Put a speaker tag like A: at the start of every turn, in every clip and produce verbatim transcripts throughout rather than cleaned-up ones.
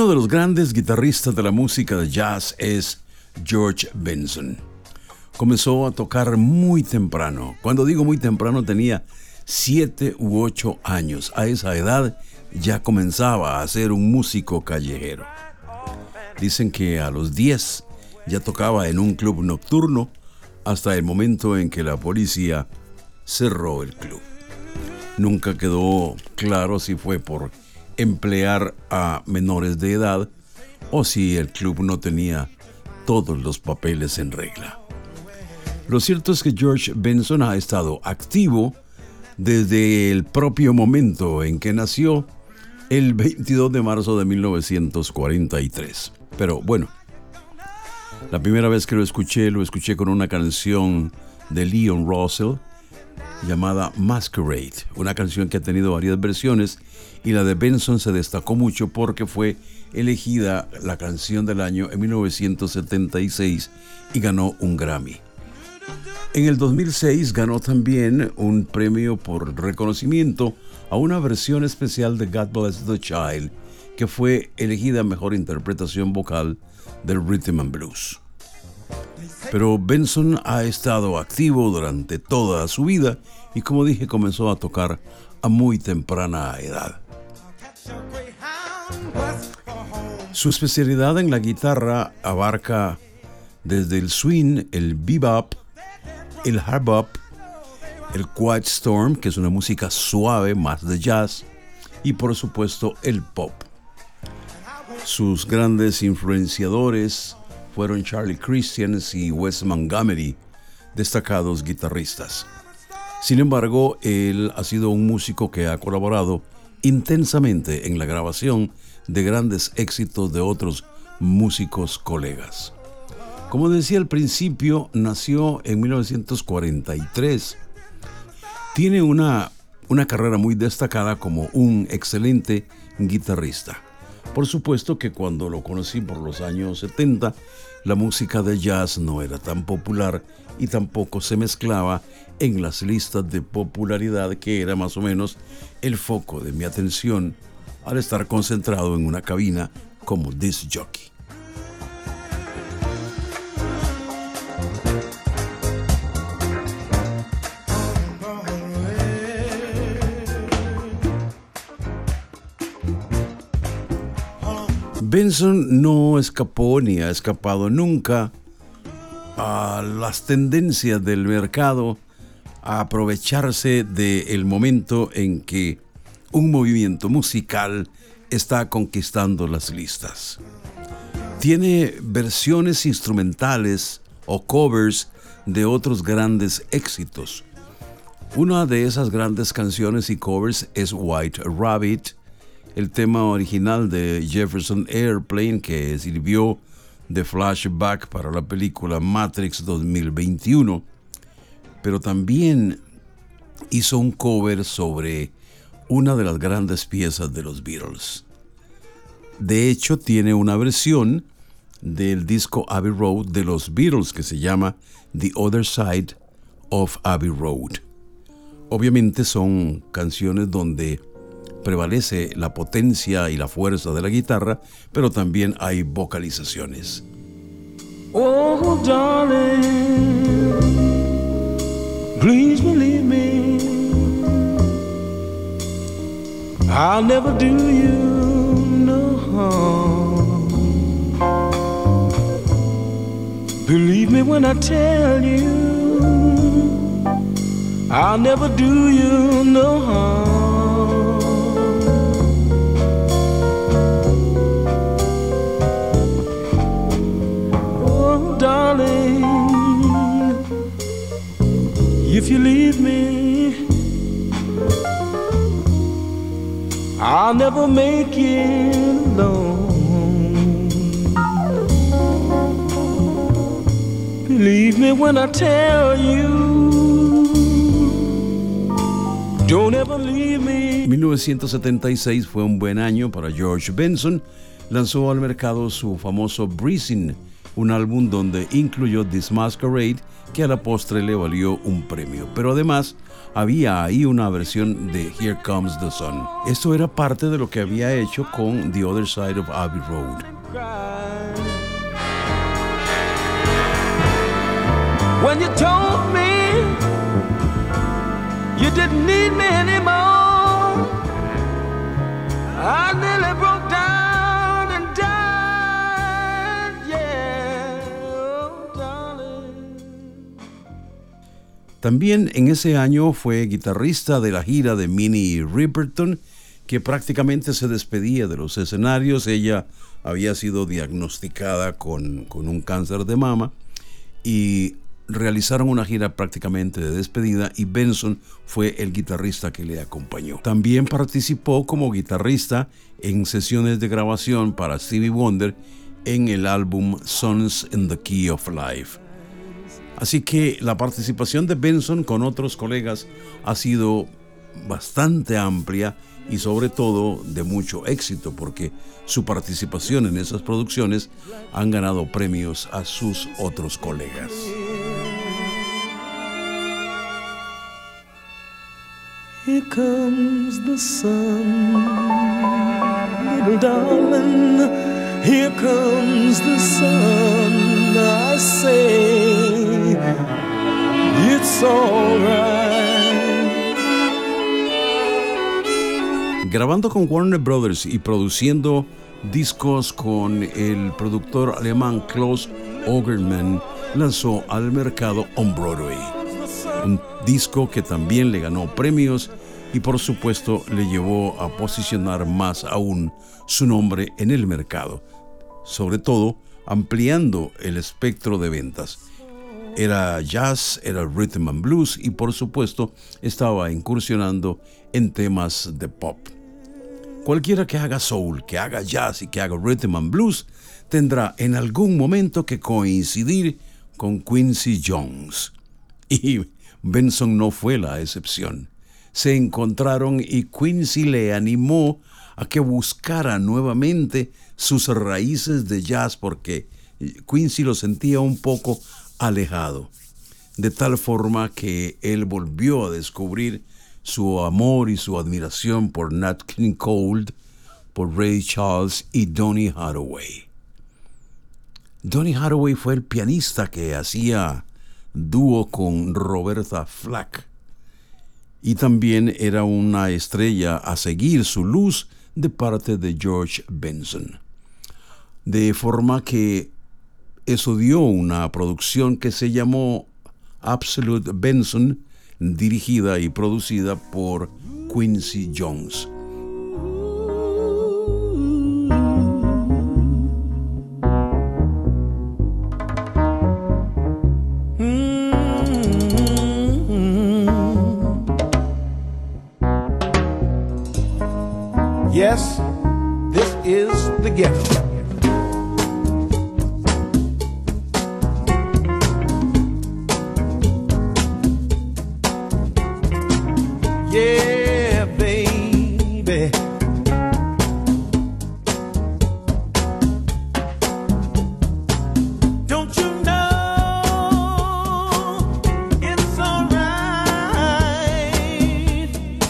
A: Uno de los grandes guitarristas de la música de jazz es George Benson. Comenzó a tocar muy temprano. Cuando digo muy temprano, tenía siete u ocho años. A esa edad ya comenzaba a ser un músico callejero. Dicen que a los diez ya tocaba en un club nocturno hasta el momento en que la policía cerró el club. Nunca quedó claro si fue por emplear a menores de edad o si el club no tenía todos los papeles en regla. Lo cierto es que George Benson ha estado activo desde el propio momento en que nació el veintidós de marzo de mil novecientos cuarenta y tres. Pero bueno, la primera vez que lo escuché, lo escuché con una canción de Leon Russell llamada Masquerade, una canción que ha tenido varias versiones, y la de Benson se destacó mucho porque fue elegida la canción del año en mil novecientos setenta y seis y ganó un Grammy. En el dos mil seis ganó también un premio por reconocimiento a una versión especial de God Bless the Child, que fue elegida mejor interpretación vocal del Rhythm and Blues. Pero Benson ha estado activo durante toda su vida y, como dije, comenzó a tocar a muy temprana edad. Su especialidad en la guitarra abarca desde el swing, el bebop, el hard bop, el quiet storm, que es una música suave, más de jazz, y por supuesto el pop. Sus grandes influenciadores fueron Charlie Christian y Wes Montgomery, destacados guitarristas. Sin embargo, él ha sido un músico que ha colaborado intensamente en la grabación de grandes éxitos de otros músicos colegas. Como decía al principio, nació en mil novecientos cuarenta y tres. Tiene una, una carrera muy destacada como un excelente guitarrista. Por supuesto que cuando lo conocí por los años setenta, la música de jazz no era tan popular y tampoco se mezclaba en las listas de popularidad, que era más o menos el foco de mi atención al estar concentrado en una cabina como disc jockey. Benson no escapó ni ha escapado nunca a las tendencias del mercado, a aprovecharse del momento en que un movimiento musical está conquistando las listas. Tiene versiones instrumentales o covers de otros grandes éxitos. Una de esas grandes canciones y covers es White Rabbit, el tema original de Jefferson Airplane, que sirvió de flashback para la película Matrix dos mil veintiuno, pero también hizo un cover sobre una de las grandes piezas de los Beatles. De hecho, tiene una versión del disco Abbey Road de los Beatles que se llama The Other Side of Abbey Road. Obviamente son canciones donde prevalece la potencia y la fuerza de la guitarra, pero también hay vocalizaciones.
B: Oh, darling, please believe me, I'll never do you no harm. Believe me when I tell you, I'll never do you no harm. Darling, if you leave me, I'll never make it alone. Believe me when I tell you, don't ever leave me.
A: mil novecientos setenta y seis fue un buen año para George Benson. Lanzó al mercado su famoso Breezing, un álbum donde incluyó This Masquerade, que a la postre le valió un premio. Pero además había ahí una versión de Here Comes the Sun. Esto era parte de lo que había hecho con The Other Side of Abbey Road.
B: When you told me you didn't need me anymore, I nearly broke down and died, yeah, oh, darling.
A: También en ese año fue guitarrista de la gira de Minnie Riperton, que prácticamente se despedía de los escenarios. Ella había sido diagnosticada con, con un cáncer de mama y realizaron una gira prácticamente de despedida y Benson fue el guitarrista que le acompañó. También participó como guitarrista en sesiones de grabación para Stevie Wonder en el álbum Songs in the Key of Life. Así que la participación de Benson con otros colegas ha sido bastante amplia y sobre todo de mucho éxito, porque su participación en esas producciones han ganado premios a sus otros colegas.
B: Here comes the sun, little darling. Here comes the sun. I say it's all right.
A: Grabando con Warner Brothers y produciendo discos con el productor alemán Klaus Ogerman, lanzó al mercado On Broadway, un disco que también le ganó premios y por supuesto le llevó a posicionar más aún su nombre en el mercado, sobre todo ampliando el espectro de ventas. Era jazz, era rhythm and blues y por supuesto estaba incursionando en temas de pop. Cualquiera que haga soul, que haga jazz y que haga rhythm and blues tendrá en algún momento que coincidir con Quincy Jones. Y Benson no fue la excepción. Se encontraron y Quincy le animó a que buscara nuevamente sus raíces de jazz porque Quincy lo sentía un poco alejado. De tal forma que él volvió a descubrir su amor y su admiración por Nat King Cole, por Ray Charles y Donny Hathaway. Donny Hathaway fue el pianista que hacía dúo con Roberta Flack y también era una estrella a seguir su luz de parte de George Benson. De forma que eso dio una producción que se llamó Absolute Benson, dirigida y producida por Quincy Jones.
B: Yes, this is the ghetto. Yeah, baby. Don't you know it's all right?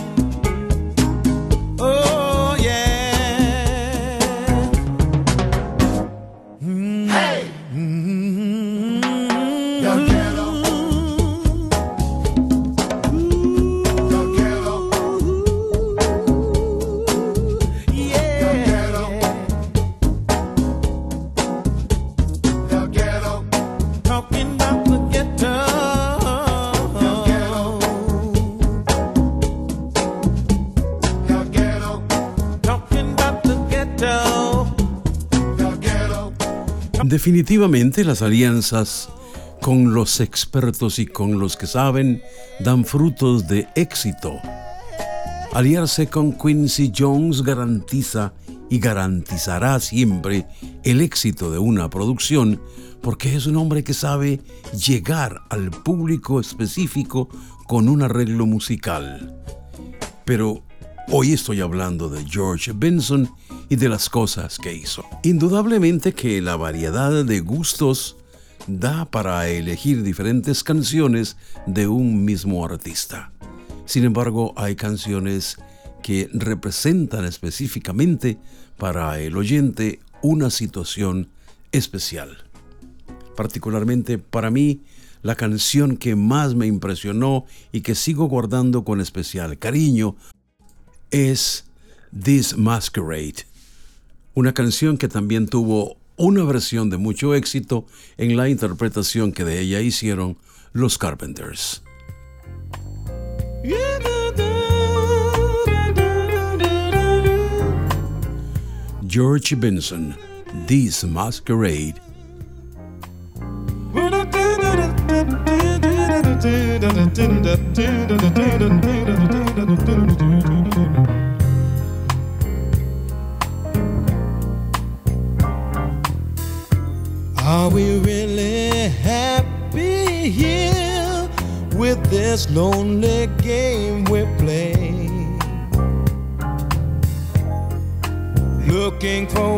B: Oh, yeah. Mm. Hey! Mm-hmm. The ghetto.
A: Definitivamente las alianzas con los expertos y con los que saben dan frutos de éxito. Aliarse con Quincy Jones garantiza y garantizará siempre el éxito de una producción porque es un hombre que sabe llegar al público específico con un arreglo musical. Pero hoy estoy hablando de George Benson y de las cosas que hizo. Indudablemente que la variedad de gustos da para elegir diferentes canciones de un mismo artista. Sin embargo, hay canciones que representan específicamente para el oyente una situación especial. Particularmente para mí, la canción que más me impresionó y que sigo guardando con especial cariño es This Masquerade, una canción que también tuvo una versión de mucho éxito en la interpretación que de ella hicieron los Carpenters. George Benson, This Masquerade.
B: Are we really happy here with this lonely game we play? Looking for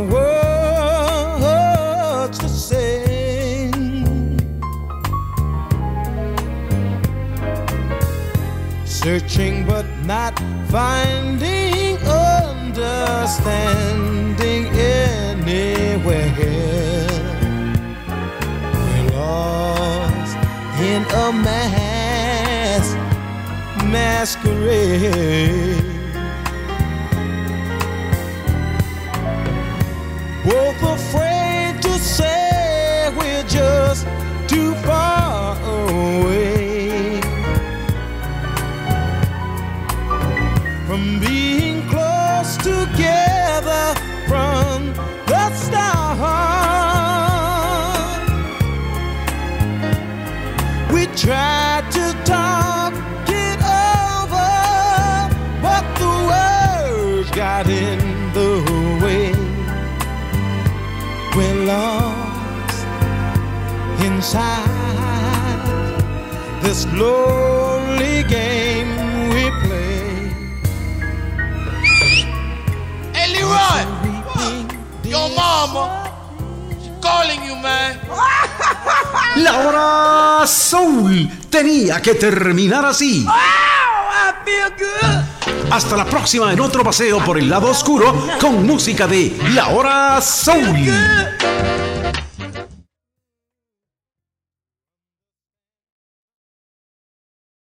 B: words to say, searching but not finding understanding anywhere. We're lost in a mass masquerade, both afraid to say we're just too far away from being close together from the start. We tried to talk it over, but the words got in the way. We're lost inside this lonely game we play.
C: Hey Leroy, your mama, she's calling you, man.
D: La hora Soul tenía que terminar así.
C: Oh, I feel good.
D: Hasta la próxima en otro paseo por el lado oscuro con música de La Hora Soul.
C: Feel good.